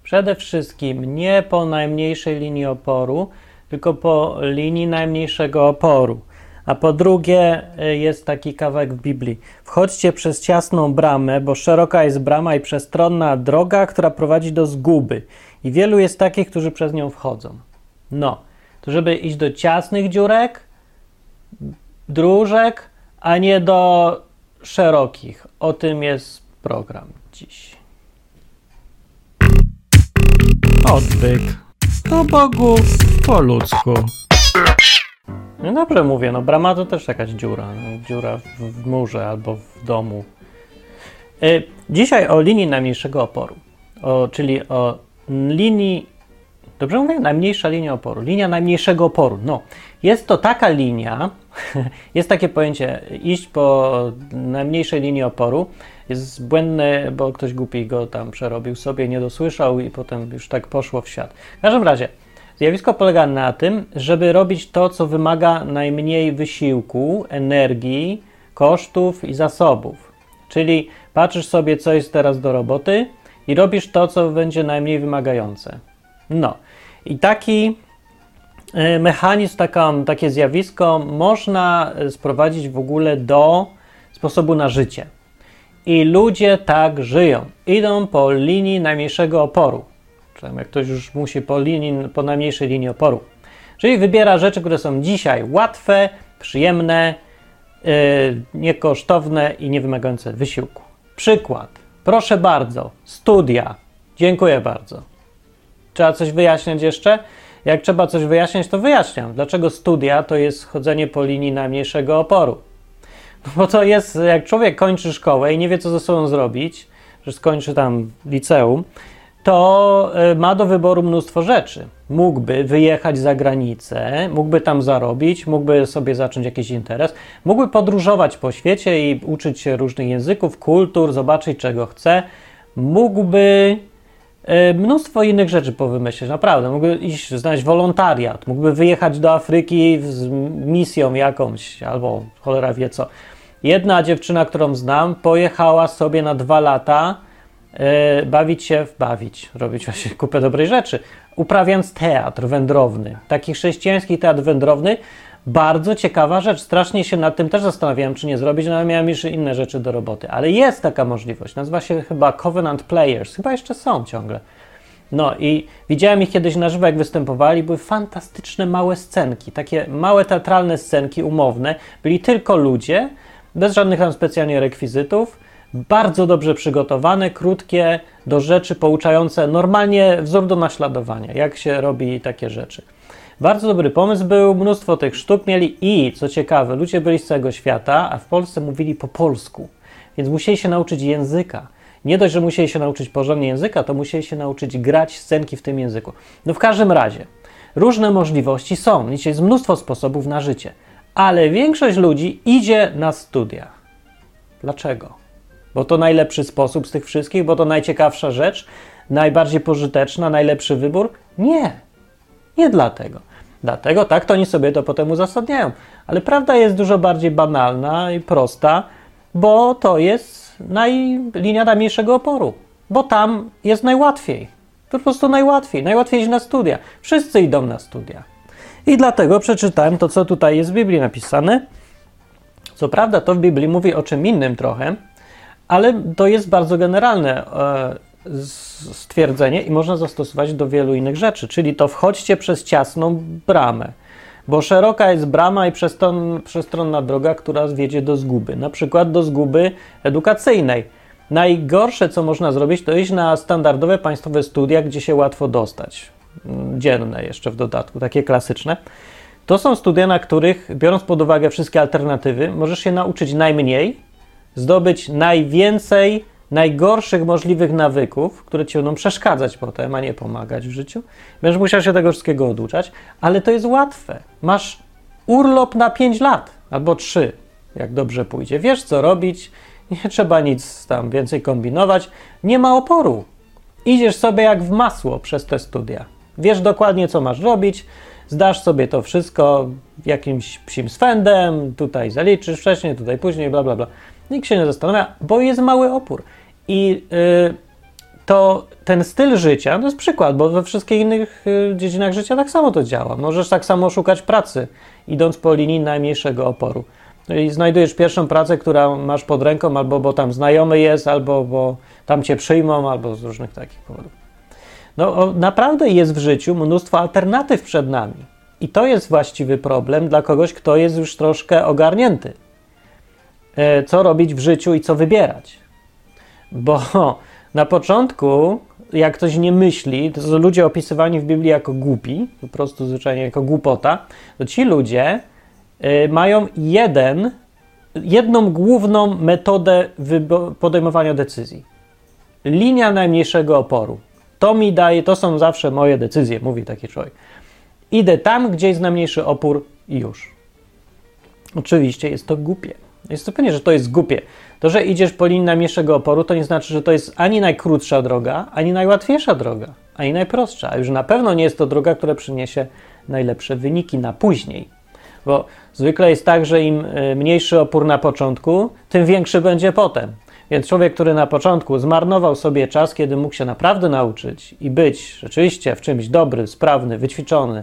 Przede wszystkim nie po najmniejszej linii oporu, tylko po linii najmniejszego oporu. A po drugie jest taki kawałek w Biblii. Wchodźcie przez ciasną bramę, bo szeroka jest brama i przestronna droga, która prowadzi do zguby. I wielu jest takich, którzy przez nią wchodzą. No, to żeby iść do ciasnych dziurek, dróżek, a nie do szerokich. O tym jest program dziś. Odwyk. Po Bogu, po ludzku. No dobrze mówię, no brama to też jakaś dziura. No, dziura w murze albo w domu. Dzisiaj o linii najmniejszego oporu. Czyli o linii... Dobrze mówię? Najmniejsza linia oporu. Linia najmniejszego oporu. No, jest to taka linia, jest takie pojęcie iść po najmniejszej linii oporu. Jest błędne, bo ktoś głupi go tam przerobił sobie, nie dosłyszał i potem już tak poszło w świat. W każdym razie, zjawisko polega na tym, żeby robić to, co wymaga najmniej wysiłku, energii, kosztów i zasobów. Czyli patrzysz sobie, co jest teraz do roboty i robisz to, co będzie najmniej wymagające. No i taki mechanizm, takie zjawisko można sprowadzić w ogóle do sposobu na życie. I ludzie tak żyją. Idą po linii najmniejszego oporu. Czyli jak ktoś już musi po najmniejszej linii oporu. Czyli wybiera rzeczy, które są dzisiaj łatwe, przyjemne, niekosztowne i niewymagające wysiłku. Przykład. Proszę bardzo. Studia. Dziękuję bardzo. Trzeba coś wyjaśniać jeszcze? Jak trzeba coś wyjaśniać, to wyjaśniam. Dlaczego studia to jest chodzenie po linii najmniejszego oporu? No bo to jest, jak człowiek kończy szkołę i nie wie, co ze sobą zrobić, że skończy tam liceum, to ma do wyboru mnóstwo rzeczy. Mógłby wyjechać za granicę, mógłby tam zarobić, mógłby sobie zacząć jakiś interes, mógłby podróżować po świecie i uczyć się różnych języków, kultur, zobaczyć, czego chce, mógłby mnóstwo innych rzeczy powymyśleć, naprawdę. Mógłby iść, znaleźć wolontariat, mógłby wyjechać do Afryki z misją jakąś, albo cholera wie co. Jedna dziewczyna, którą znam, pojechała sobie na 2 lata robić właśnie kupę dobrej rzeczy, uprawiając teatr wędrowny. Taki chrześcijański teatr wędrowny, bardzo ciekawa rzecz. Strasznie się nad tym też zastanawiałem, czy nie zrobić, no ale miałem jeszcze inne rzeczy do roboty. Ale jest taka możliwość. Nazywa się chyba Covenant Players. Chyba jeszcze są ciągle. No i widziałem ich kiedyś na żywo, jak występowali. Były fantastyczne małe scenki. Takie małe teatralne scenki umowne. Byli tylko ludzie, bez żadnych tam specjalnie rekwizytów. Bardzo dobrze przygotowane, krótkie, do rzeczy pouczające. Normalnie wzór do naśladowania. Jak się robi takie rzeczy. Bardzo dobry pomysł był, mnóstwo tych sztuk mieli i, co ciekawe, ludzie byli z całego świata, a w Polsce mówili po polsku, więc musieli się nauczyć języka. Nie dość, że musieli się nauczyć porządnie języka, to musieli się nauczyć grać scenki w tym języku. No w każdym razie, różne możliwości są, jest mnóstwo sposobów na życie, ale większość ludzi idzie na studia. Dlaczego? Bo to najlepszy sposób z tych wszystkich, bo to najciekawsza rzecz, najbardziej pożyteczna, najlepszy wybór? Nie dlatego. Dlatego tak, to oni sobie to potem uzasadniają. Ale prawda jest dużo bardziej banalna i prosta, bo to jest linia najmniejszego oporu. Bo tam jest najłatwiej. To po prostu najłatwiej. Najłatwiej iść na studia. Wszyscy idą na studia. I dlatego przeczytałem to, co tutaj jest w Biblii napisane. Co prawda to w Biblii mówi o czym innym trochę, ale to jest bardzo generalne stwierdzenie i można zastosować do wielu innych rzeczy, czyli to wchodźcie przez ciasną bramę, bo szeroka jest brama i przestronna droga, która wiedzie do zguby, na przykład do zguby edukacyjnej. Najgorsze, co można zrobić, to iść na standardowe państwowe studia, gdzie się łatwo dostać, dzienne jeszcze w dodatku, takie klasyczne. To są studia, na których, biorąc pod uwagę wszystkie alternatywy, możesz się nauczyć najmniej, zdobyć najwięcej najgorszych możliwych nawyków, które ci będą przeszkadzać potem, a nie pomagać w życiu. Będziesz musiał się tego wszystkiego oduczać, ale to jest łatwe. Masz urlop na 5 lat albo 3, jak dobrze pójdzie. Wiesz, co robić, nie trzeba nic tam więcej kombinować. Nie ma oporu. Idziesz sobie jak w masło przez te studia. Wiesz dokładnie, co masz robić, zdasz sobie to wszystko jakimś psim swędem, tutaj zaliczysz wcześniej, tutaj później, bla, bla, bla. Nikt się nie zastanawia, bo jest mały opór. I to ten styl życia, to jest przykład, bo we wszystkich innych dziedzinach życia tak samo to działa. Możesz tak samo szukać pracy, idąc po linii najmniejszego oporu. I znajdujesz pierwszą pracę, którą masz pod ręką, albo bo tam znajomy jest, albo bo tam cię przyjmą, albo z różnych takich powodów. No naprawdę jest w życiu mnóstwo alternatyw przed nami. I to jest właściwy problem dla kogoś, kto jest już troszkę ogarnięty. Co robić w życiu i co wybierać. Bo na początku, jak ktoś nie myśli, to są ludzie opisywani w Biblii jako głupi, po prostu zwyczajnie jako głupota, to ci ludzie mają jedną główną metodę podejmowania decyzji. Linia najmniejszego oporu. To mi daje, to są zawsze moje decyzje, mówi taki człowiek. Idę tam, gdzie jest najmniejszy opór i już. Oczywiście jest to głupie. Jest to pewnie, że to jest głupie. To, że idziesz po linii najmniejszego oporu, to nie znaczy, że to jest ani najkrótsza droga, ani najłatwiejsza droga, ani najprostsza. A już na pewno nie jest to droga, która przyniesie najlepsze wyniki na później. Bo zwykle jest tak, że im mniejszy opór na początku, tym większy będzie potem. Więc człowiek, który na początku zmarnował sobie czas, kiedy mógł się naprawdę nauczyć i być rzeczywiście w czymś dobry, sprawny, wyćwiczony,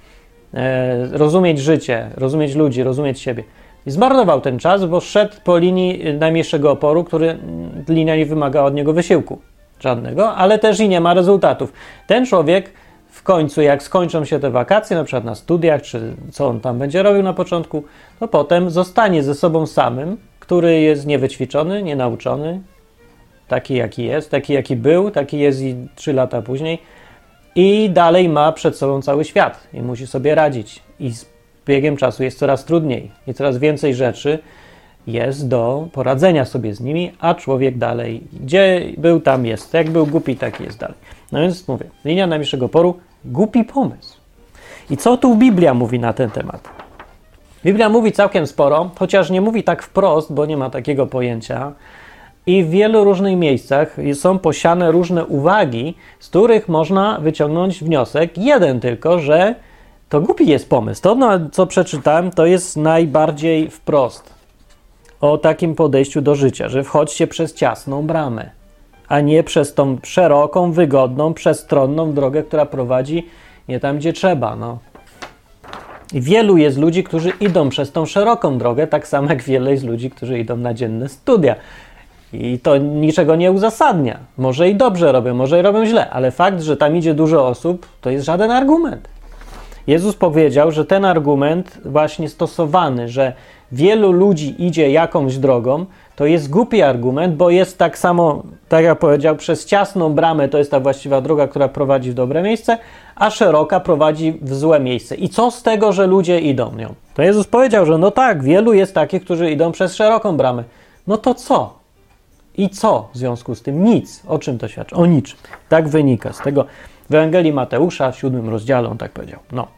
rozumieć życie, rozumieć ludzi, rozumieć siebie. I zmarnował ten czas, bo szedł po linii najmniejszego oporu, linia nie wymaga od niego wysiłku żadnego, ale też i nie ma rezultatów. Ten człowiek w końcu, jak skończą się te wakacje, na przykład na studiach, czy co on tam będzie robił na początku, to potem zostanie ze sobą samym, który jest niewyćwiczony, nienauczony, taki jaki jest, taki jaki był, taki jest i 3 lata później i dalej ma przed sobą cały świat i musi sobie radzić i z biegiem czasu jest coraz trudniej i coraz więcej rzeczy jest do poradzenia sobie z nimi, a człowiek dalej, gdzie był, tam jest. Jak był głupi, taki jest dalej. No więc mówię, linia najmniejszego oporu, głupi pomysł. I co tu Biblia mówi na ten temat? Biblia mówi całkiem sporo, chociaż nie mówi tak wprost, bo nie ma takiego pojęcia. I w wielu różnych miejscach są posiane różne uwagi, z których można wyciągnąć wniosek, jeden tylko, że to głupi jest pomysł. To, co przeczytałem, to jest najbardziej wprost o takim podejściu do życia, że wchodźcie przez ciasną bramę, a nie przez tą szeroką, wygodną, przestronną drogę, która prowadzi nie tam, gdzie trzeba. No. I wielu jest ludzi, którzy idą przez tą szeroką drogę, tak samo jak wiele jest ludzi, którzy idą na dzienne studia. I to niczego nie uzasadnia. Może i dobrze robią, może i robią źle, ale fakt, że tam idzie dużo osób, to jest żaden argument. Jezus powiedział, że ten argument właśnie stosowany, że wielu ludzi idzie jakąś drogą, to jest głupi argument, bo jest tak samo, tak jak powiedział, przez ciasną bramę to jest ta właściwa droga, która prowadzi w dobre miejsce, a szeroka prowadzi w złe miejsce. I co z tego, że ludzie idą nią? To Jezus powiedział, że no tak, wielu jest takich, którzy idą przez szeroką bramę. No to co? I co w związku z tym? Nic. O czym to świadczy? O niczym. Tak wynika z tego w Ewangelii Mateusza w 7 rozdziale on tak powiedział. No.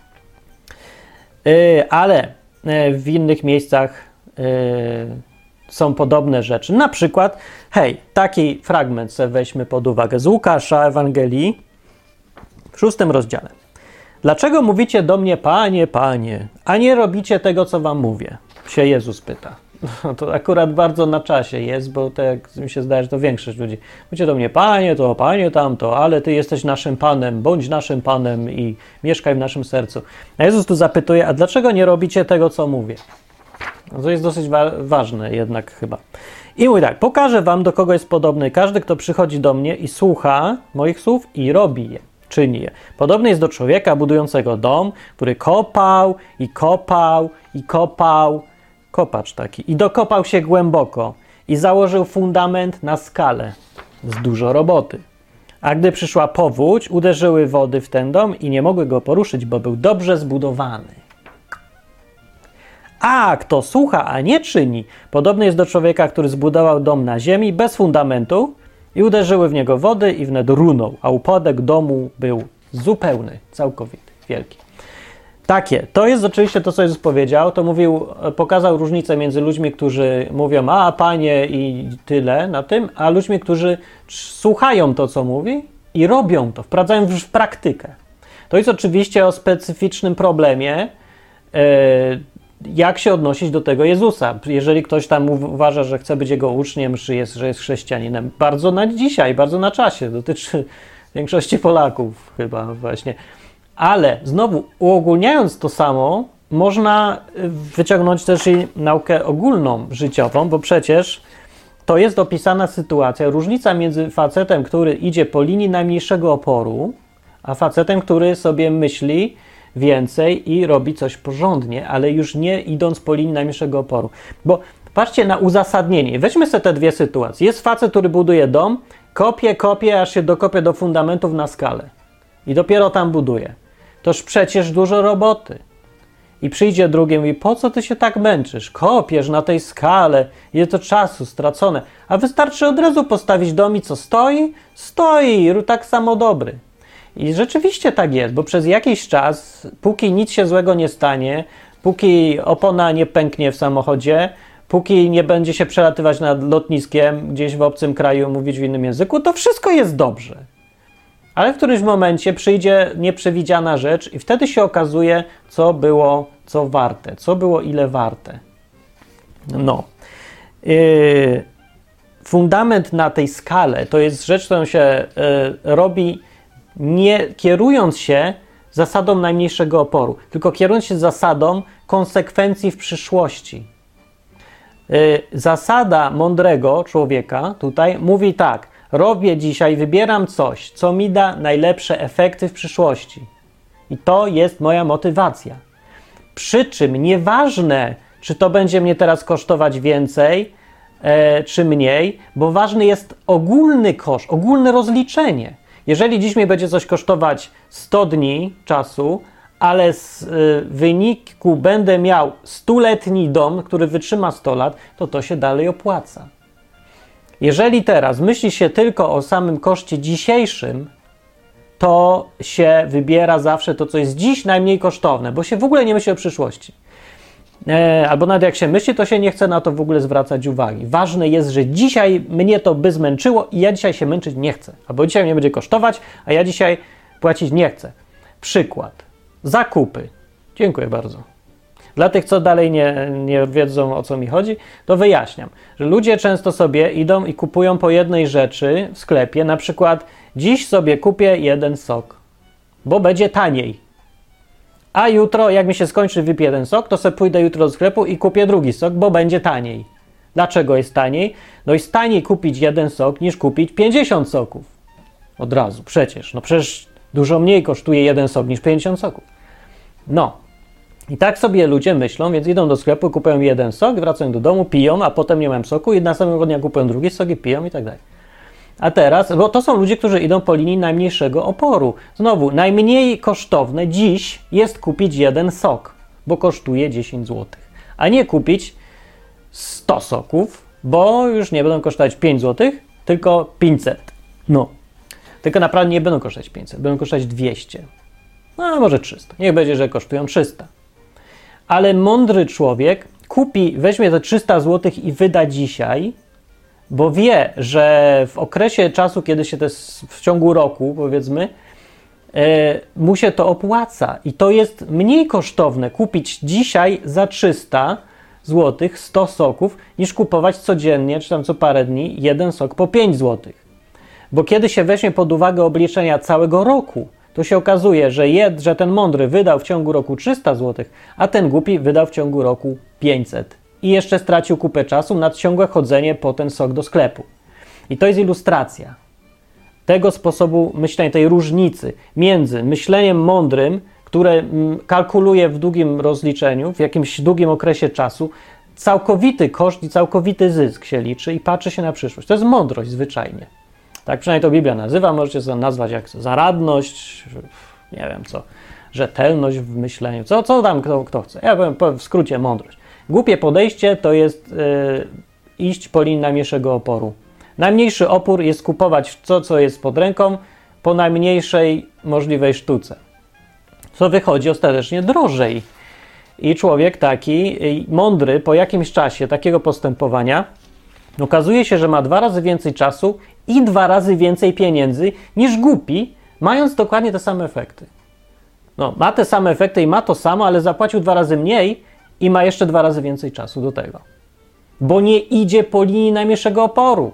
Ale w innych miejscach są podobne rzeczy. Na przykład, taki fragment sobie weźmy pod uwagę z Łukasza Ewangelii w 6 rozdziale. Dlaczego mówicie do mnie, Panie, Panie, a nie robicie tego, co wam mówię? Się Jezus pyta. No to akurat bardzo na czasie jest, bo tak mi się zdaje, że to większość ludzi. Mówicie do mnie, Panie, to Panie tamto, ale Ty jesteś naszym Panem, bądź naszym Panem i mieszkaj w naszym sercu. A Jezus tu zapytuje, a dlaczego nie robicie tego, co mówię? No to jest dosyć ważne jednak chyba. I mówi tak, pokażę wam, do kogo jest podobny każdy, kto przychodzi do mnie i słucha moich słów i robi je, czyni je. Podobny jest do człowieka budującego dom, który kopał i kopał i kopał, kopacz taki, i dokopał się głęboko i założył fundament na skale z dużo roboty. A gdy przyszła powódź, uderzyły wody w ten dom i nie mogły go poruszyć, bo był dobrze zbudowany. A kto słucha, a nie czyni, podobny jest do człowieka, który zbudował dom na ziemi bez fundamentu i uderzyły w niego wody i wnet runął, a upadek domu był zupełny, całkowity, wielki. Takie. To jest oczywiście to, co Jezus powiedział. To pokazał różnicę między ludźmi, którzy mówią, a Panie i tyle na tym, a ludźmi, którzy słuchają to, co mówi i robią to, wprowadzają w praktykę. To jest oczywiście o specyficznym problemie jak się odnosić do tego Jezusa. Jeżeli ktoś tam uważa, że chce być jego uczniem, że jest chrześcijaninem, bardzo na dzisiaj, bardzo na czasie, dotyczy większości Polaków chyba właśnie. Ale znowu, uogólniając to samo, można wyciągnąć też i naukę ogólną, życiową, bo przecież to jest opisana sytuacja, różnica między facetem, który idzie po linii najmniejszego oporu, a facetem, który sobie myśli więcej i robi coś porządnie, ale już nie idąc po linii najmniejszego oporu. Bo patrzcie na uzasadnienie. Weźmy sobie te dwie sytuacje. Jest facet, który buduje dom, kopie, aż się dokopie do fundamentów na skalę. I dopiero tam buduje. Toż przecież dużo roboty. I przyjdzie drugi i mówi, po co ty się tak męczysz? Kopiesz na tej skale, ile to czasu stracone. A wystarczy od razu postawić dom i co stoi? Stoi, tak samo dobry. I rzeczywiście tak jest, bo przez jakiś czas, póki nic się złego nie stanie, póki opona nie pęknie w samochodzie, póki nie będzie się przelatywać nad lotniskiem gdzieś w obcym kraju, mówić w innym języku, to wszystko jest dobrze. Ale w którymś momencie przyjdzie nieprzewidziana rzecz i wtedy się okazuje, co było co warte, co było ile warte. No. Fundament na tej skale to jest rzecz, którą się robi nie kierując się zasadą najmniejszego oporu, tylko kierując się zasadą konsekwencji w przyszłości. Zasada mądrego człowieka tutaj mówi tak, robię dzisiaj, wybieram coś, co mi da najlepsze efekty w przyszłości. I to jest moja motywacja. Przy czym nieważne, czy to będzie mnie teraz kosztować więcej, czy mniej, bo ważny jest ogólny koszt, ogólne rozliczenie. Jeżeli dziś mnie będzie coś kosztować 100 dni czasu, ale z wyniku będę miał 100-letni dom, który wytrzyma 100 lat, to się dalej opłaca. Jeżeli teraz myśli się tylko o samym koszcie dzisiejszym, to się wybiera zawsze to, co jest dziś najmniej kosztowne, bo się w ogóle nie myśli o przyszłości. Albo nawet jak się myśli, to się nie chce na to w ogóle zwracać uwagi. Ważne jest, że dzisiaj mnie to by zmęczyło i ja dzisiaj się męczyć nie chcę. Albo dzisiaj mnie będzie kosztować, a ja dzisiaj płacić nie chcę. Przykład. Zakupy. Dziękuję bardzo. Dla tych, co dalej nie wiedzą, o co mi chodzi, to wyjaśniam, że ludzie często sobie idą i kupują po jednej rzeczy w sklepie. Na przykład dziś sobie kupię jeden sok, bo będzie taniej. A jutro, jak mi się skończy, wypiję ten sok, to sobie pójdę jutro do sklepu i kupię drugi sok, bo będzie taniej. Dlaczego jest taniej? No jest taniej kupić jeden sok, niż kupić 50 soków. Od razu, przecież. No przecież dużo mniej kosztuje jeden sok niż 50 soków. No. I tak sobie ludzie myślą, więc idą do sklepu, kupują jeden sok, wracają do domu, piją, a potem nie mają soku i następnego dnia kupują drugi sok i piją i tak dalej. A teraz, bo to są ludzie, którzy idą po linii najmniejszego oporu. Znowu, najmniej kosztowne dziś jest kupić jeden sok, bo kosztuje 10 zł. A nie kupić 100 soków, bo już nie będą kosztować 5 zł, tylko 500. No. Tylko naprawdę nie będą kosztować 500, będą kosztować 200. No, a może 300. Niech będzie, że kosztują 300. Ale mądry człowiek weźmie te 300 zł i wyda dzisiaj, bo wie, że w okresie czasu, kiedy się to jest w ciągu roku, powiedzmy, mu się to opłaca. I to jest mniej kosztowne kupić dzisiaj za 300 zł 100 soków, niż kupować codziennie, czy tam co parę dni, jeden sok po 5 zł. Bo kiedy się weźmie pod uwagę obliczenia całego roku, to się okazuje, że ten mądry wydał w ciągu roku 300 zł, a ten głupi wydał w ciągu roku 500. I jeszcze stracił kupę czasu na ciągłe chodzenie po ten sok do sklepu. I to jest ilustracja tego sposobu myślenia, tej różnicy między myśleniem mądrym, które kalkuluje w długim rozliczeniu, w jakimś długim okresie czasu, całkowity koszt i całkowity zysk się liczy i patrzy się na przyszłość. To jest mądrość zwyczajnie. Tak przynajmniej to Biblia nazywa, możecie to nazwać jak zaradność, nie wiem co, rzetelność w myśleniu, co tam kto chce. Ja powiem w skrócie mądrość. Głupie podejście to jest iść po linii najmniejszego oporu. Najmniejszy opór jest kupować to, co jest pod ręką, po najmniejszej możliwej sztuce. Co wychodzi ostatecznie drożej. I człowiek taki mądry po jakimś czasie takiego postępowania okazuje się, że ma 2 razy więcej czasu i 2 razy więcej pieniędzy niż głupi, mając dokładnie te same efekty. No, ma te same efekty i ma to samo, ale zapłacił 2 razy mniej i ma jeszcze 2 razy więcej czasu do tego. Bo nie idzie po linii najmniejszego oporu,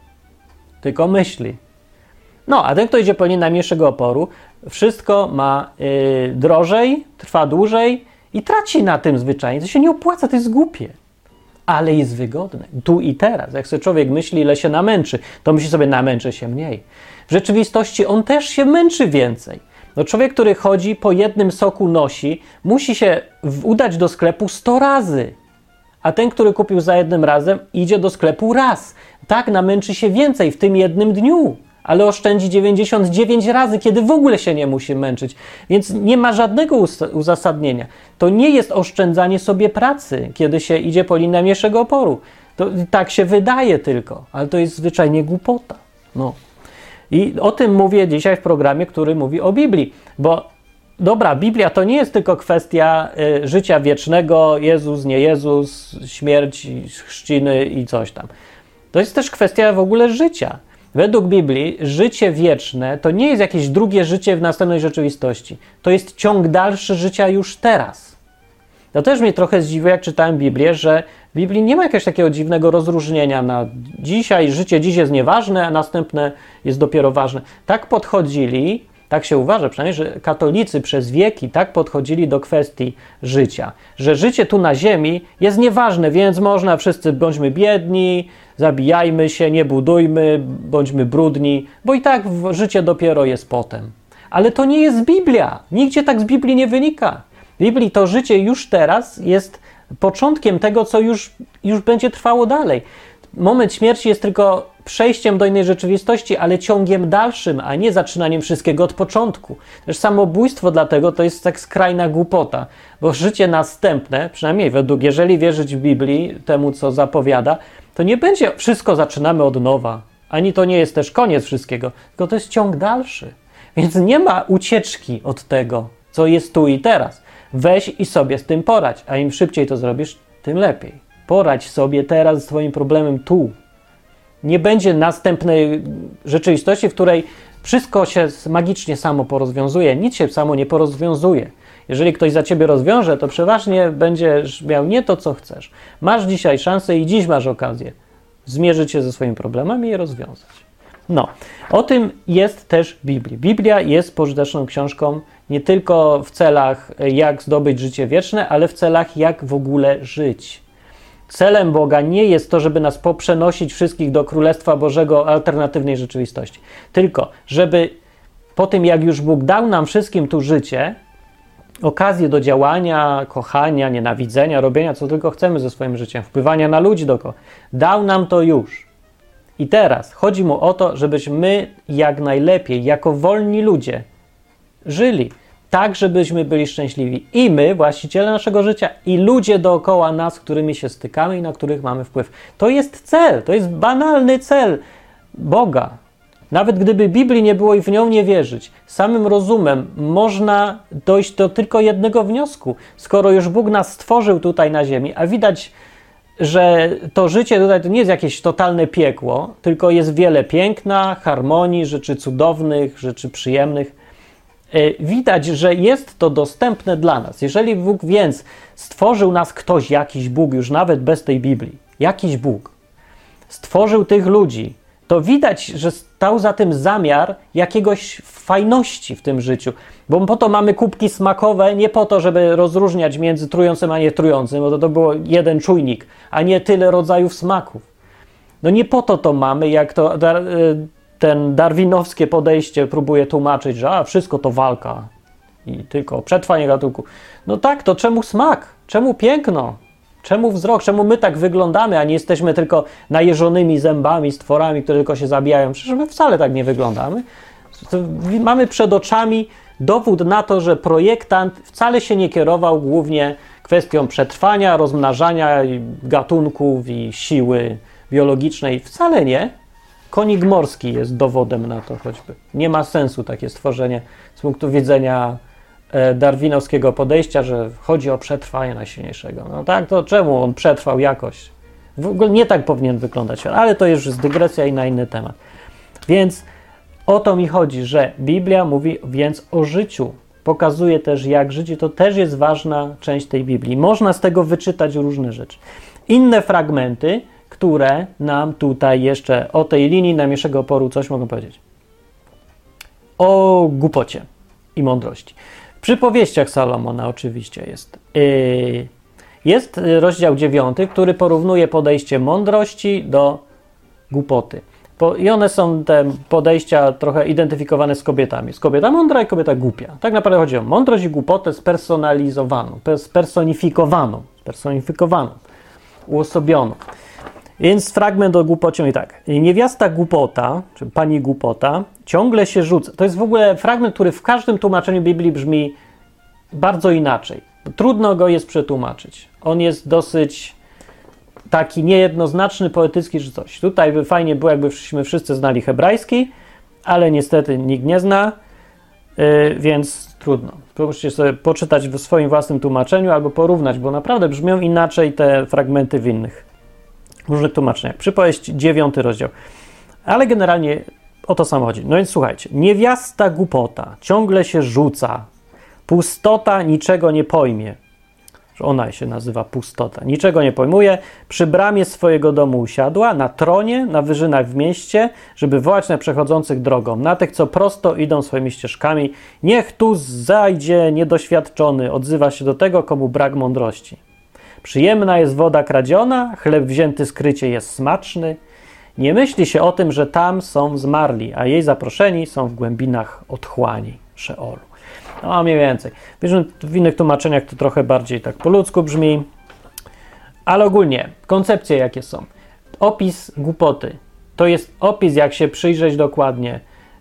tylko myśli. No, a ten, kto idzie po linii najmniejszego oporu, wszystko ma drożej, trwa dłużej i traci na tym zwyczajnie. To się nie opłaca, to jest głupie. Ale jest wygodne. Tu i teraz. Jak sobie człowiek myśli, ile się namęczy, to myśli sobie, namęczę się mniej. W rzeczywistości on też się męczy więcej. No człowiek, który chodzi, po jednym soku nosi, musi się udać do sklepu 100 razy. A ten, który kupił za jednym razem, idzie do sklepu raz. Tak, namęczy się więcej w tym jednym dniu, ale oszczędzi 99 razy, kiedy w ogóle się nie musi męczyć. Więc nie ma żadnego uzasadnienia. To nie jest oszczędzanie sobie pracy, kiedy się idzie po linii najmniejszego oporu. To tak się wydaje tylko, ale to jest zwyczajnie głupota. No. I o tym mówię dzisiaj w programie, który mówi o Biblii, bo dobra, Biblia to nie jest tylko kwestia życia wiecznego, Jezus, nie Jezus, śmierć, chrzciny i coś tam. To jest też kwestia w ogóle życia. Według Biblii życie wieczne to nie jest jakieś drugie życie w następnej rzeczywistości. To jest ciąg dalszy życia już teraz. To też mnie trochę zdziwiło, jak czytałem Biblię, że w Biblii nie ma jakiegoś takiego dziwnego rozróżnienia na dzisiaj, życie dziś jest nieważne, a następne jest dopiero ważne. Tak podchodzili, tak się uważa przynajmniej, że katolicy przez wieki tak podchodzili do kwestii życia, że życie tu na ziemi jest nieważne, więc można wszyscy bądźmy biedni, zabijajmy się, nie budujmy, bądźmy brudni, bo i tak życie dopiero jest potem. Ale to nie jest Biblia. Nigdzie tak z Biblii nie wynika. W Biblii to życie już teraz jest początkiem tego, co już będzie trwało dalej. Moment śmierci jest tylko przejściem do innej rzeczywistości, ale ciągiem dalszym, a nie zaczynaniem wszystkiego od początku. Też samobójstwo dlatego to jest tak skrajna głupota, bo życie następne, przynajmniej jeżeli wierzyć w Biblii, temu co zapowiada, to nie będzie wszystko zaczynamy od nowa, ani to nie jest też koniec wszystkiego, tylko to jest ciąg dalszy. Więc nie ma ucieczki od tego, co jest tu i teraz. Weź i sobie z tym poradź, a im szybciej to zrobisz, tym lepiej. Poradź sobie teraz z swoim problemem tu. Nie będzie następnej rzeczywistości, w której wszystko się magicznie samo porozwiązuje. Nic się samo nie porozwiązuje. Jeżeli ktoś za ciebie rozwiąże, to przeważnie będziesz miał nie to, co chcesz. Masz dzisiaj szansę i dziś masz okazję zmierzyć się ze swoimi problemami i je rozwiązać. No, o tym jest też w Biblii. Biblia jest pożyteczną książką nie tylko w celach, jak zdobyć życie wieczne, ale w celach, jak w ogóle żyć. Celem Boga nie jest to, żeby nas poprzenosić wszystkich do Królestwa Bożego alternatywnej rzeczywistości. Tylko, żeby po tym, jak już Bóg dał nam wszystkim tu życie, okazję do działania, kochania, nienawidzenia, robienia co tylko chcemy ze swoim życiem, wpływania na ludzi dookoła. Dał nam to już. I teraz chodzi mu o to, żebyśmy jak najlepiej, jako wolni ludzie, żyli. Tak, żebyśmy byli szczęśliwi. I my, właściciele naszego życia, i ludzie dookoła nas, z którymi się stykamy i na których mamy wpływ. To jest cel, to jest banalny cel Boga. Nawet gdyby Biblii nie było i w nią nie wierzyć, samym rozumem można dojść do tylko jednego wniosku. Skoro już Bóg nas stworzył tutaj na ziemi, a widać, że to życie tutaj to nie jest jakieś totalne piekło, tylko jest wiele piękna, harmonii, rzeczy cudownych, rzeczy przyjemnych. Widać, że jest to dostępne dla nas. Jeżeli Bóg więc stworzył nas ktoś, jakiś Bóg, już nawet bez tej Biblii, jakiś Bóg, stworzył tych ludzi, to widać, że stał za tym zamiar jakiegoś fajności w tym życiu. Bo po to mamy kubki smakowe, nie po to, żeby rozróżniać między trującym a nietrującym, bo to było jeden czujnik, a nie tyle rodzajów smaków. No nie po to mamy, jak to ten darwinowskie podejście próbuje tłumaczyć, że wszystko to walka i tylko przetrwanie gatunku. No tak, to czemu smak? Czemu piękno? Czemu wzrok? Czemu my tak wyglądamy, a nie jesteśmy tylko najeżonymi zębami, stworami, które tylko się zabijają? Przecież my wcale tak nie wyglądamy. Mamy przed oczami dowód na to, że projektant wcale się nie kierował głównie kwestią przetrwania, rozmnażania gatunków i siły biologicznej. Wcale nie. Konik morski jest dowodem na to choćby. Nie ma sensu takie stworzenie z punktu widzenia darwinowskiego podejścia, że chodzi o przetrwanie najsilniejszego. No tak, to czemu on przetrwał jakoś? W ogóle nie tak powinien wyglądać świat, ale to już jest dygresja i na inny temat. Więc o to mi chodzi, że Biblia mówi więc o życiu. pokazuje też, jak żyć i to też jest ważna część tej Biblii. Można z tego wyczytać różne rzeczy. Inne fragmenty, które nam tutaj jeszcze o tej linii najmniejszego oporu coś mogą powiedzieć. O głupocie i mądrości. W przypowieściach Salomona oczywiście jest. Jest rozdział 9, który porównuje podejście mądrości do głupoty. I one są, te podejścia, trochę identyfikowane z kobietami. Jest kobieta mądra i kobieta głupia. Tak naprawdę chodzi o mądrość i głupotę spersonalizowaną, spersonifikowaną, uosobioną. Więc fragment o głupocie i tak. Niewiasta głupota, czy pani głupota, ciągle się rzuca. To jest w ogóle fragment, który w każdym tłumaczeniu Biblii brzmi bardzo inaczej. Trudno go jest przetłumaczyć. On jest dosyć taki niejednoznaczny, poetycki czy coś. Tutaj by fajnie było, jakbyśmy wszyscy znali hebrajski, ale niestety nikt nie zna, więc trudno. Musicie sobie poczytać w swoim własnym tłumaczeniu albo porównać, bo naprawdę brzmią inaczej te fragmenty w innych różnych tłumaczeniach. Przypowieść 9 rozdział. Ale generalnie o to samo chodzi. No więc słuchajcie. Niewiasta głupota ciągle się rzuca. Pustota niczego nie pojmie. Ona się nazywa pustota. Niczego nie pojmuje. Przy bramie swojego domu usiadła, na tronie, na wyżynach w mieście, żeby wołać na przechodzących drogą, na tych, co prosto idą swoimi ścieżkami. Niech tu zajdzie niedoświadczony, odzywa się do tego, komu brak mądrości. Przyjemna jest woda kradziona, chleb wzięty z krycie jest smaczny. Nie myśli się o tym, że tam są zmarli, a jej zaproszeni są w głębinach otchłani, Szeolu. No, mniej więcej. Wiesz, w innych tłumaczeniach to trochę bardziej tak po ludzku brzmi, ale ogólnie koncepcje jakie są. Opis głupoty to jest opis, jak się przyjrzeć dokładnie,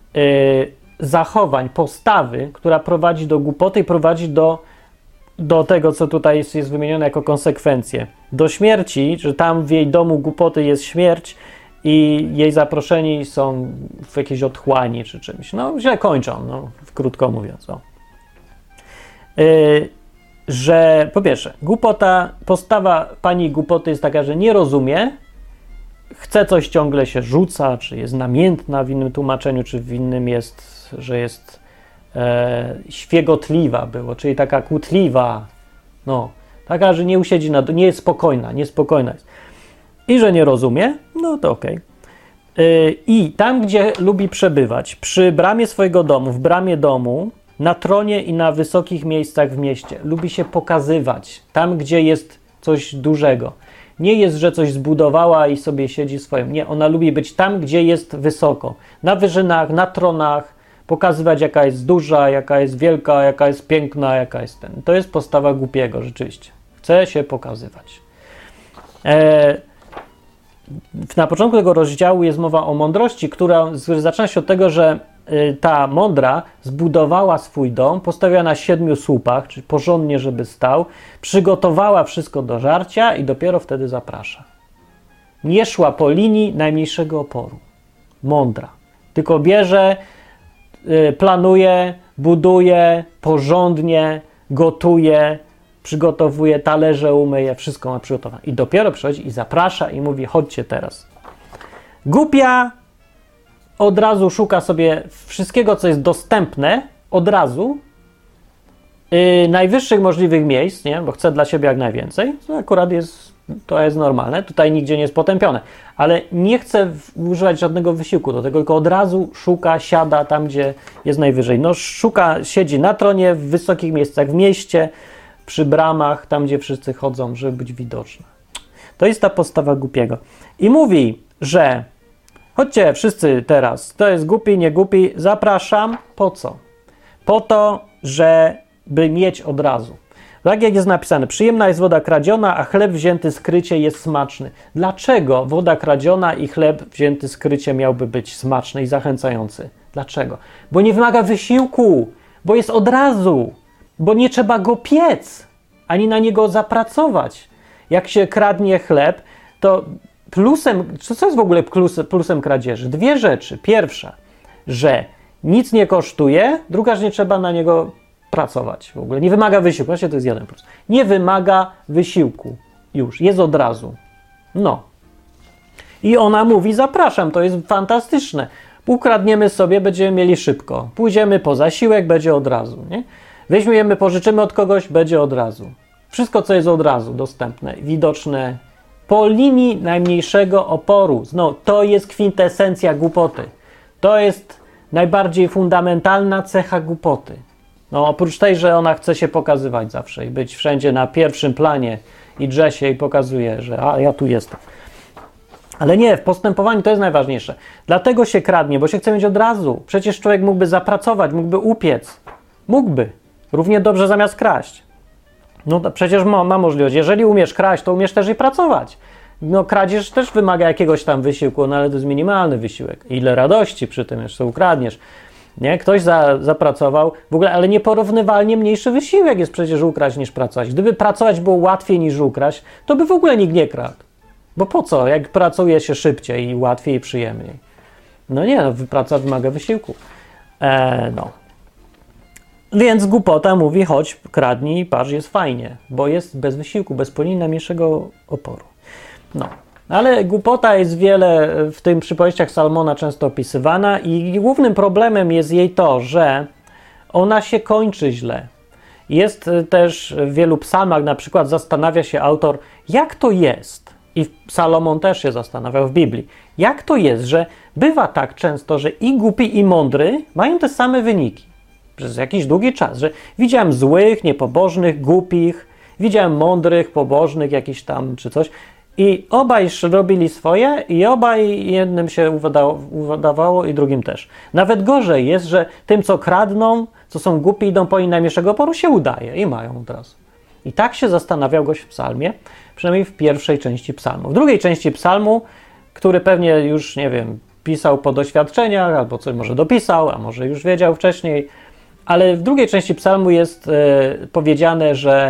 zachowań, postawy, która prowadzi do głupoty i prowadzi do tego, co tutaj jest wymienione jako konsekwencje. Do śmierci, że tam w jej domu głupoty jest śmierć i jej zaproszeni są w jakiejś otchłani czy czymś. No, źle kończą, no, krótko mówiąc. Że po pierwsze, głupota, postawa pani głupoty jest taka, że nie rozumie, chce coś, ciągle się rzuca, czy jest namiętna w innym tłumaczeniu, czy w innym jest, że jest świegotliwa było, czyli taka kłótliwa, no, taka, że nie usiedzi nie jest spokojna, niespokojna jest. I że nie rozumie, no to okej. I tam, gdzie lubi przebywać, przy bramie swojego domu, w bramie domu, na tronie i na wysokich miejscach w mieście, lubi się pokazywać, tam, gdzie jest coś dużego. Nie jest, że coś zbudowała i sobie siedzi swoim. Nie, ona lubi być tam, gdzie jest wysoko. Na wyżynach, na tronach, pokazywać, jaka jest duża, jaka jest wielka, jaka jest piękna, jaka jest ten. To jest postawa głupiego, rzeczywiście. Chce się pokazywać. Na początku tego rozdziału jest mowa o mądrości, która zaczyna się od tego, że ta mądra zbudowała swój dom, postawiła na 7 słupach, czyli porządnie, żeby stał, przygotowała wszystko do żarcia i dopiero wtedy zaprasza. Nie szła po linii najmniejszego oporu. Mądra. Tylko bierze, planuje, buduje porządnie, gotuje, przygotowuje, talerze umyje, wszystko ma przygotowane. I dopiero przychodzi i zaprasza i mówi, chodźcie teraz. Głupia od razu szuka sobie wszystkiego, co jest dostępne, od razu, najwyższych możliwych miejsc, nie? Bo chce dla siebie jak najwięcej. To akurat to jest normalne, tutaj nigdzie nie jest potępione. Ale nie chce używać żadnego wysiłku do tego, tylko od razu szuka, siada tam, gdzie jest najwyżej. No szuka, siedzi na tronie, w wysokich miejscach w mieście, przy bramach, tam gdzie wszyscy chodzą, żeby być widoczna. To jest ta postawa głupiego. I mówi, że chodźcie wszyscy teraz, to jest głupi, nie głupi, zapraszam. Po co? Po to, żeby mieć od razu. Tak jak jest napisane, przyjemna jest woda kradziona, a chleb wzięty z krycie jest smaczny. Dlaczego woda kradziona i chleb wzięty z krycie miałby być smaczny i zachęcający? Dlaczego? Bo nie wymaga wysiłku, bo jest od razu. Bo nie trzeba go piec, ani na niego zapracować. Jak się kradnie chleb, to plusem, co jest w ogóle plusem kradzieży? 2 rzeczy. Pierwsza, że nic nie kosztuje, druga, że nie trzeba na niego pracować w ogóle. Nie wymaga wysiłku. Właśnie to jest jeden plus. Nie wymaga wysiłku. Już. Jest od razu. No. I ona mówi, zapraszam, to jest fantastyczne. Ukradniemy sobie, będziemy mieli szybko. Pójdziemy po zasiłek, będzie od razu, nie? Weźmiemy, pożyczymy od kogoś, będzie od razu. Wszystko, co jest od razu dostępne, widoczne, po linii najmniejszego oporu. No, to jest kwintesencja głupoty. To jest najbardziej fundamentalna cecha głupoty. No, oprócz tej, że ona chce się pokazywać zawsze i być wszędzie na pierwszym planie i drze się i pokazuje, że ja tu jestem. Ale nie, w postępowaniu to jest najważniejsze. Dlatego się kradnie, bo się chce mieć od razu. Przecież człowiek mógłby zapracować, mógłby upiec. Mógłby. Równie dobrze zamiast kraść. No przecież ma możliwość. Jeżeli umiesz kraść, to umiesz też i pracować. No kradzież też wymaga jakiegoś tam wysiłku, no ale to jest minimalny wysiłek. Ile radości przy tym jeszcze ukradniesz. Nie? Ktoś zapracował, w ogóle, ale nieporównywalnie mniejszy wysiłek jest przecież ukraść niż pracować. Gdyby pracować było łatwiej niż ukraść, to by w ogóle nikt nie kradł. Bo po co, jak pracuje się szybciej i łatwiej i przyjemniej? No nie, no, praca wymaga wysiłku. No. Więc głupota mówi, chodź, kradnij, patrz, jest fajnie, bo jest bez wysiłku, bez poliny najmniejszego oporu. No, ale głupota jest wiele w tym przypowieściach Salomona często opisywana i głównym problemem jest jej to, że ona się kończy źle. Jest też w wielu psalmach, na przykład zastanawia się autor, jak to jest, i Salomon też się zastanawiał w Biblii, jak to jest, że bywa tak często, że i głupi, i mądry mają te same wyniki przez jakiś długi czas, że widziałem złych, niepobożnych, głupich, widziałem mądrych, pobożnych jakiś tam czy coś i obaj robili swoje i obaj jednym się udawało i drugim też. Nawet gorzej jest, że tym, co kradną, co są głupi, idą po linii najmniejszego oporu, się udaje i mają od razu. I tak się zastanawiał gość w psalmie, przynajmniej w pierwszej części psalmu. W drugiej części psalmu, który pewnie już, nie wiem, pisał po doświadczeniach, albo coś może dopisał, a może już wiedział wcześniej, ale w drugiej części psalmu jest powiedziane, że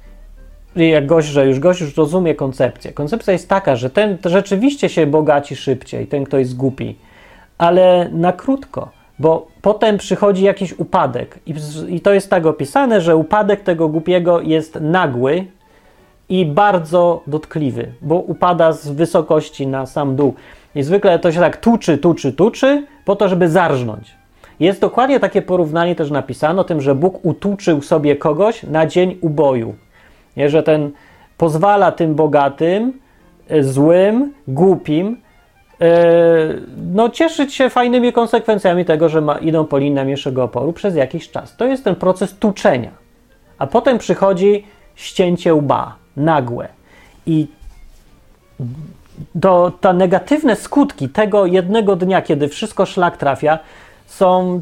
gość już rozumie koncepcję. Koncepcja jest taka, że ten rzeczywiście się bogaci szybciej, ten, kto jest głupi, ale na krótko, bo potem przychodzi jakiś upadek i to jest tak opisane, że upadek tego głupiego jest nagły i bardzo dotkliwy, bo upada z wysokości na sam dół. I zwykle to się tak tuczy, po to, żeby zarżnąć. Jest dokładnie takie porównanie też napisane o tym, że Bóg utuczył sobie kogoś na dzień uboju. Nie, że ten pozwala tym bogatym, złym, głupim, cieszyć się fajnymi konsekwencjami tego, że idą po linii najmniejszego oporu przez jakiś czas. To jest ten proces tuczenia. A potem przychodzi ścięcie łba, nagłe. I te negatywne skutki tego jednego dnia, kiedy wszystko szlak trafia, są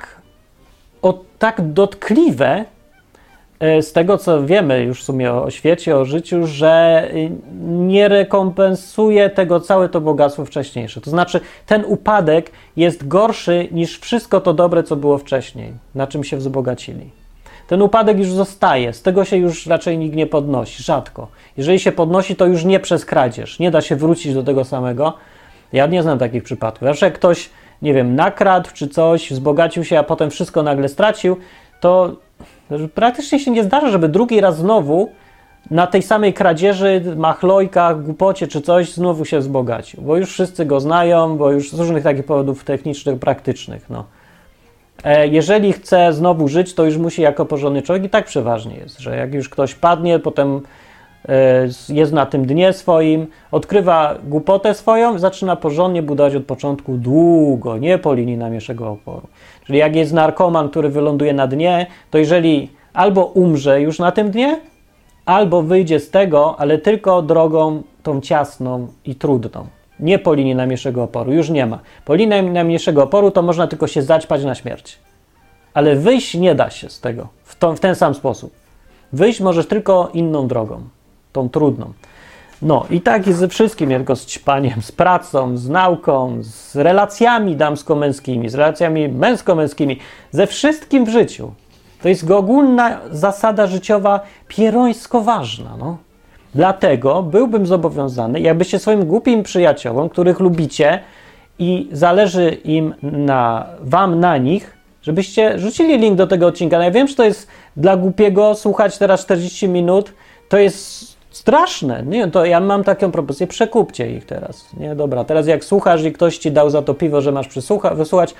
tak dotkliwe z tego, co wiemy już w sumie o świecie, o życiu, że nie rekompensuje tego całe to bogactwo wcześniejsze. To znaczy ten upadek jest gorszy niż wszystko to dobre, co było wcześniej, na czym się wzbogacili. Ten upadek już zostaje, z tego się już raczej nikt nie podnosi, rzadko. Jeżeli się podnosi, to już nie przez kradzież, nie da się wrócić do tego samego. Ja nie znam takich przypadków. Zawsze jak ktoś, nie wiem, nakradł czy coś, wzbogacił się, a potem wszystko nagle stracił, to praktycznie się nie zdarza, żeby drugi raz znowu na tej samej kradzieży, machlojkach, głupocie czy coś znowu się wzbogacił, bo już wszyscy go znają, bo już z różnych takich powodów technicznych, praktycznych. No. Jeżeli chce znowu żyć, to już musi jako porządny człowiek i tak przeważnie jest, że jak już ktoś padnie, potem jest na tym dnie swoim, odkrywa głupotę swoją, zaczyna porządnie budować od początku długo, nie po linii najmniejszego oporu. Czyli jak jest narkoman, który wyląduje na dnie, to jeżeli albo umrze już na tym dnie, albo wyjdzie z tego, ale tylko drogą tą ciasną i trudną. Nie po linii najmniejszego oporu, już nie ma. Po linii najmniejszego oporu to można tylko się zaćpać na śmierć. Ale wyjść nie da się z tego w ten sam sposób. Wyjść możesz tylko inną drogą, tą trudną. No i tak jest ze wszystkim, nie tylko z ćpaniem, z pracą, z nauką, z relacjami damsko-męskimi, z relacjami męsko-męskimi, ze wszystkim w życiu. To jest ogólna zasada życiowa pierońsko ważna. No. Dlatego byłbym zobowiązany, jakbyście swoim głupim przyjaciołom, których lubicie i zależy im wam na nich, żebyście rzucili link do tego odcinka. No ja wiem, że to jest dla głupiego słuchać teraz 40 minut, to jest straszne. Nie, to ja mam taką propozycję, przekupcie ich teraz. Nie, dobra, teraz jak słuchasz i ktoś ci dał za to piwo, że masz wysłuchać,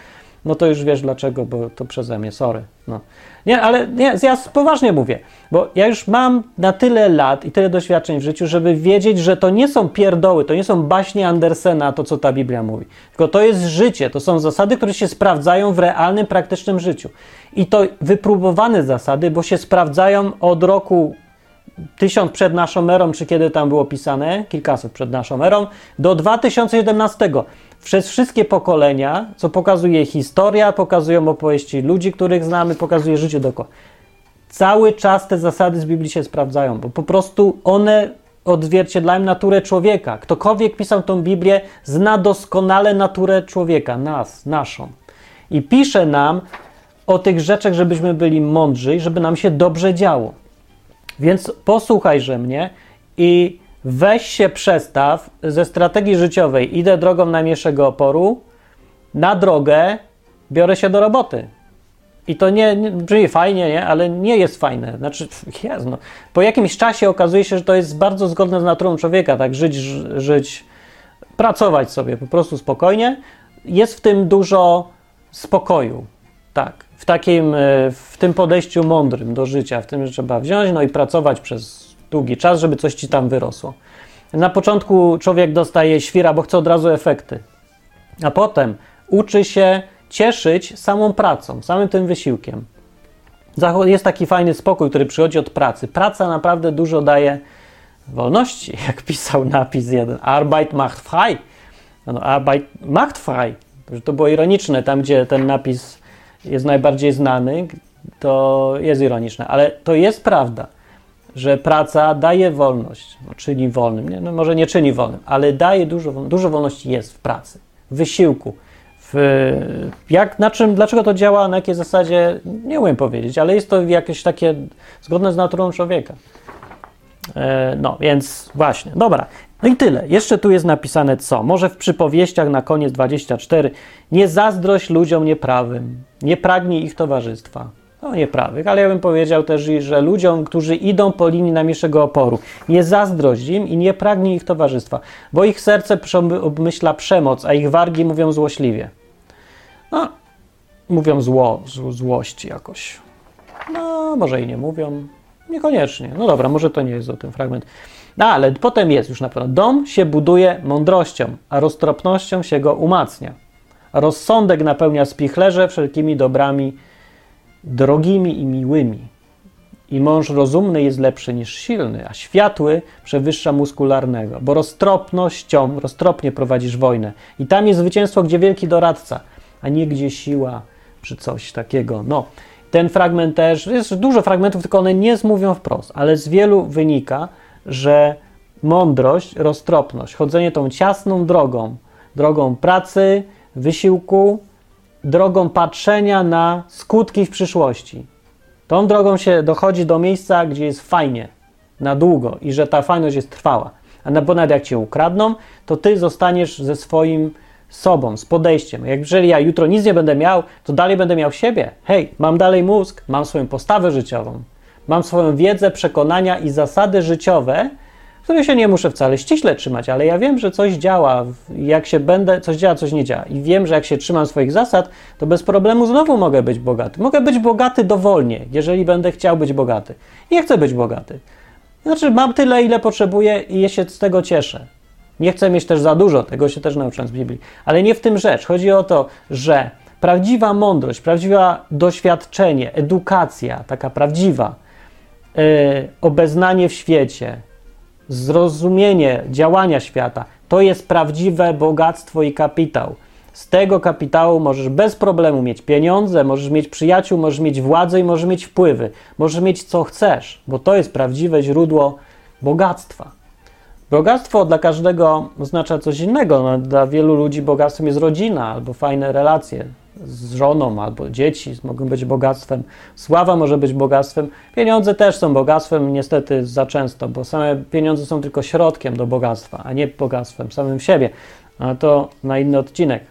no to już wiesz dlaczego, bo to przeze mnie, sorry. No. Nie, ale nie, ja poważnie mówię, bo ja już mam na tyle lat i tyle doświadczeń w życiu, żeby wiedzieć, że to nie są pierdoły, to nie są baśnie Andersena, to co ta Biblia mówi, tylko to jest życie, to są zasady, które się sprawdzają w realnym, praktycznym życiu. I to wypróbowane zasady, bo się sprawdzają od roku 1000 przed naszą erą, czy kiedy tam było pisane, kilkaset przed naszą erą, do 2017. Przez wszystkie pokolenia, co pokazuje historia, pokazują opowieści ludzi, których znamy, pokazuje życie dookoła. Cały czas te zasady z Biblii się sprawdzają, bo po prostu one odzwierciedlają naturę człowieka. Ktokolwiek pisał tą Biblię, zna doskonale naturę człowieka, nas, naszą. I pisze nam o tych rzeczach, żebyśmy byli mądrzy i żeby nam się dobrze działo. Więc posłuchajże mnie i weź się przestaw ze strategii życiowej, idę drogą najmniejszego oporu, na drogę biorę się do roboty. I to nie brzmi fajnie, nie? Ale nie jest fajne. Znaczy, jest, no. Po jakimś czasie okazuje się, że to jest bardzo zgodne z naturą człowieka, tak żyć, pracować sobie po prostu spokojnie. Jest w tym dużo spokoju, tak. W tym podejściu mądrym do życia, w tym, że trzeba wziąć, no i pracować przez długi czas, żeby coś ci tam wyrosło. Na początku człowiek dostaje świra, bo chce od razu efekty, a potem uczy się cieszyć samą pracą, samym tym wysiłkiem. Jest taki fajny spokój, który przychodzi od pracy. Praca naprawdę dużo daje wolności, jak pisał napis jeden. Arbeit macht frei. No, Arbeit macht frei. To było ironiczne, tam gdzie ten napis jest najbardziej znany, to jest ironiczne, ale to jest prawda, że praca daje wolność, no, czyni wolnym, nie? No, może nie czyni wolnym, ale daje dużo wolności jest w pracy, w wysiłku, dlaczego to działa, na jakiej zasadzie, nie umiem powiedzieć, ale jest to jakieś takie zgodne z naturą człowieka. No, więc właśnie, dobra. No i tyle. Jeszcze tu jest napisane co? Może w przypowieściach na koniec 24. Nie zazdrość ludziom nieprawym, nie pragnij ich towarzystwa. No nieprawych, ale ja bym powiedział też, że ludziom, którzy idą po linii najmniejszego oporu, nie zazdrość im i nie pragnij ich towarzystwa, bo ich serce obmyśla przemoc, a ich wargi mówią złośliwie. No, mówią złości jakoś. No, może i nie mówią. Niekoniecznie. No dobra, może to nie jest o tym fragment. No, ale potem jest już na pewno. Dom się buduje mądrością, a roztropnością się go umacnia. A rozsądek napełnia spichlerze wszelkimi dobrami drogimi i miłymi. I mąż rozumny jest lepszy niż silny, a światły przewyższa muskularnego, bo roztropnie prowadzisz wojnę. I tam jest zwycięstwo, gdzie wielki doradca, a nie gdzie siła, czy coś takiego. No, ten fragment też, jest dużo fragmentów, tylko one nie mówią wprost, ale z wielu wynika, że mądrość, roztropność, chodzenie tą ciasną drogą pracy, wysiłku, drogą patrzenia na skutki w przyszłości. Tą drogą się dochodzi do miejsca, gdzie jest fajnie, na długo i że ta fajność jest trwała. A nawet jak cię ukradną, to ty zostaniesz ze swoim sobą, z podejściem. Jeżeli ja jutro nic nie będę miał, to dalej będę miał siebie. Hej, mam dalej mózg, mam swoją postawę życiową, mam swoją wiedzę, przekonania i zasady życiowe, które się nie muszę wcale ściśle trzymać, ale ja wiem, że coś działa, coś działa, coś nie działa. I wiem, że jak się trzymam swoich zasad, to bez problemu znowu mogę być bogaty. Mogę być bogaty dowolnie, jeżeli będę chciał być bogaty. Nie chcę być bogaty. Znaczy, mam tyle, ile potrzebuję i ja się z tego cieszę. Nie chcę mieć też za dużo, tego się też nauczyłem z Biblii. Ale nie w tym rzecz. Chodzi o to, że prawdziwa mądrość, prawdziwe doświadczenie, edukacja, taka prawdziwa, obeznanie w świecie, zrozumienie działania świata, to jest prawdziwe bogactwo i kapitał. Z tego kapitału możesz bez problemu mieć pieniądze, możesz mieć przyjaciół, możesz mieć władzę i możesz mieć wpływy. Możesz mieć co chcesz, bo to jest prawdziwe źródło bogactwa. Bogactwo dla każdego oznacza coś innego. No, dla wielu ludzi bogactwem jest rodzina albo fajne relacje z żoną albo dzieci mogą być bogactwem. Sława może być bogactwem. Pieniądze też są bogactwem, niestety za często, bo same pieniądze są tylko środkiem do bogactwa, a nie bogactwem samym w siebie. A to na inny odcinek.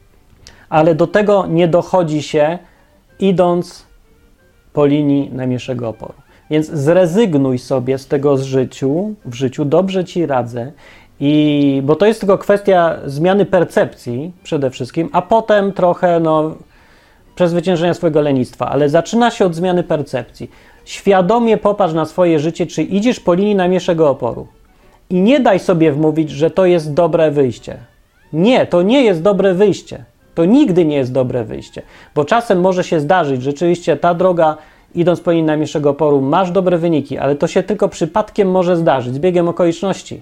Ale do tego nie dochodzi się idąc po linii najmniejszego oporu. Więc zrezygnuj sobie z tego w życiu, dobrze ci radzę, bo to jest tylko kwestia zmiany percepcji przede wszystkim, a potem trochę przezwyciężenia swojego lenistwa, ale zaczyna się od zmiany percepcji. Świadomie popatrz na swoje życie, czy idziesz po linii najmniejszego oporu. I nie daj sobie wmówić, że to jest dobre wyjście. Nie, to nie jest dobre wyjście. To nigdy nie jest dobre wyjście, bo czasem może się zdarzyć, rzeczywiście ta droga, idąc po linii najmniejszego oporu, masz dobre wyniki, ale to się tylko przypadkiem może zdarzyć, z biegiem okoliczności.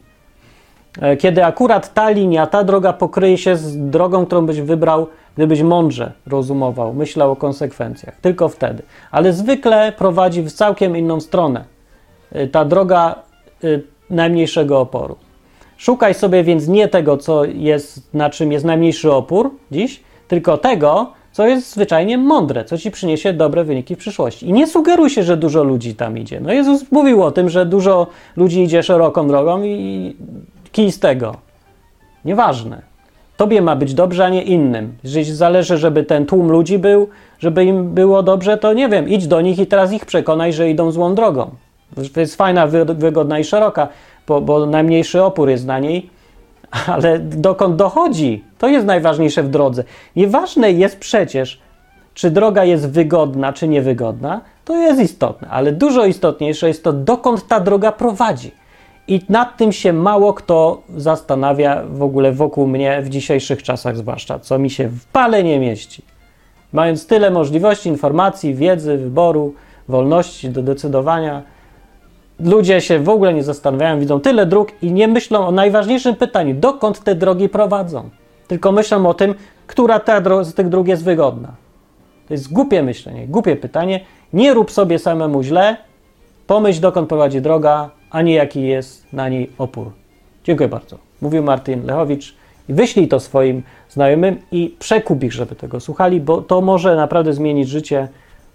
Kiedy akurat ta linia, ta droga pokryje się z drogą, którą byś wybrał, gdybyś mądrze rozumował, myślał o konsekwencjach. Tylko wtedy. Ale zwykle prowadzi w całkiem inną stronę. Ta droga najmniejszego oporu. Szukaj sobie więc nie tego, co jest, na czym jest najmniejszy opór dziś, tylko tego, co jest zwyczajnie mądre, co ci przyniesie dobre wyniki w przyszłości. I nie sugeruj się, że dużo ludzi tam idzie. No Jezus mówił o tym, że dużo ludzi idzie szeroką drogą i kij z tego. Nieważne. Tobie ma być dobrze, a nie innym. Jeżeli zależy, żeby ten tłum ludzi był, żeby im było dobrze, to nie wiem, idź do nich i teraz ich przekonaj, że idą złą drogą. To jest fajna, wygodna i szeroka, bo najmniejszy opór jest na niej, ale dokąd dochodzi, to jest najważniejsze w drodze. Nieważne jest przecież, czy droga jest wygodna, czy niewygodna, to jest istotne, ale dużo istotniejsze jest to, dokąd ta droga prowadzi. I nad tym się mało kto zastanawia w ogóle wokół mnie w dzisiejszych czasach zwłaszcza, co mi się w pale nie mieści. Mając tyle możliwości, informacji, wiedzy, wyboru, wolności do decydowania, ludzie się w ogóle nie zastanawiają, widzą tyle dróg i nie myślą o najważniejszym pytaniu, dokąd te drogi prowadzą. Tylko myślą o tym, która z tych dróg jest wygodna. To jest głupie myślenie, głupie pytanie. Nie rób sobie samemu źle, pomyśl, dokąd prowadzi droga, a nie jaki jest na niej opór. Dziękuję bardzo. Mówił Martin Lechowicz. Wyślij to swoim znajomym i przekup ich, żeby tego słuchali, bo to może naprawdę zmienić życie,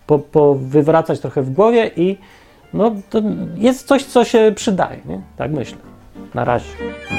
wywracać trochę w głowie i no, to jest coś, co się przydaje. Nie? Tak myślę. Na razie.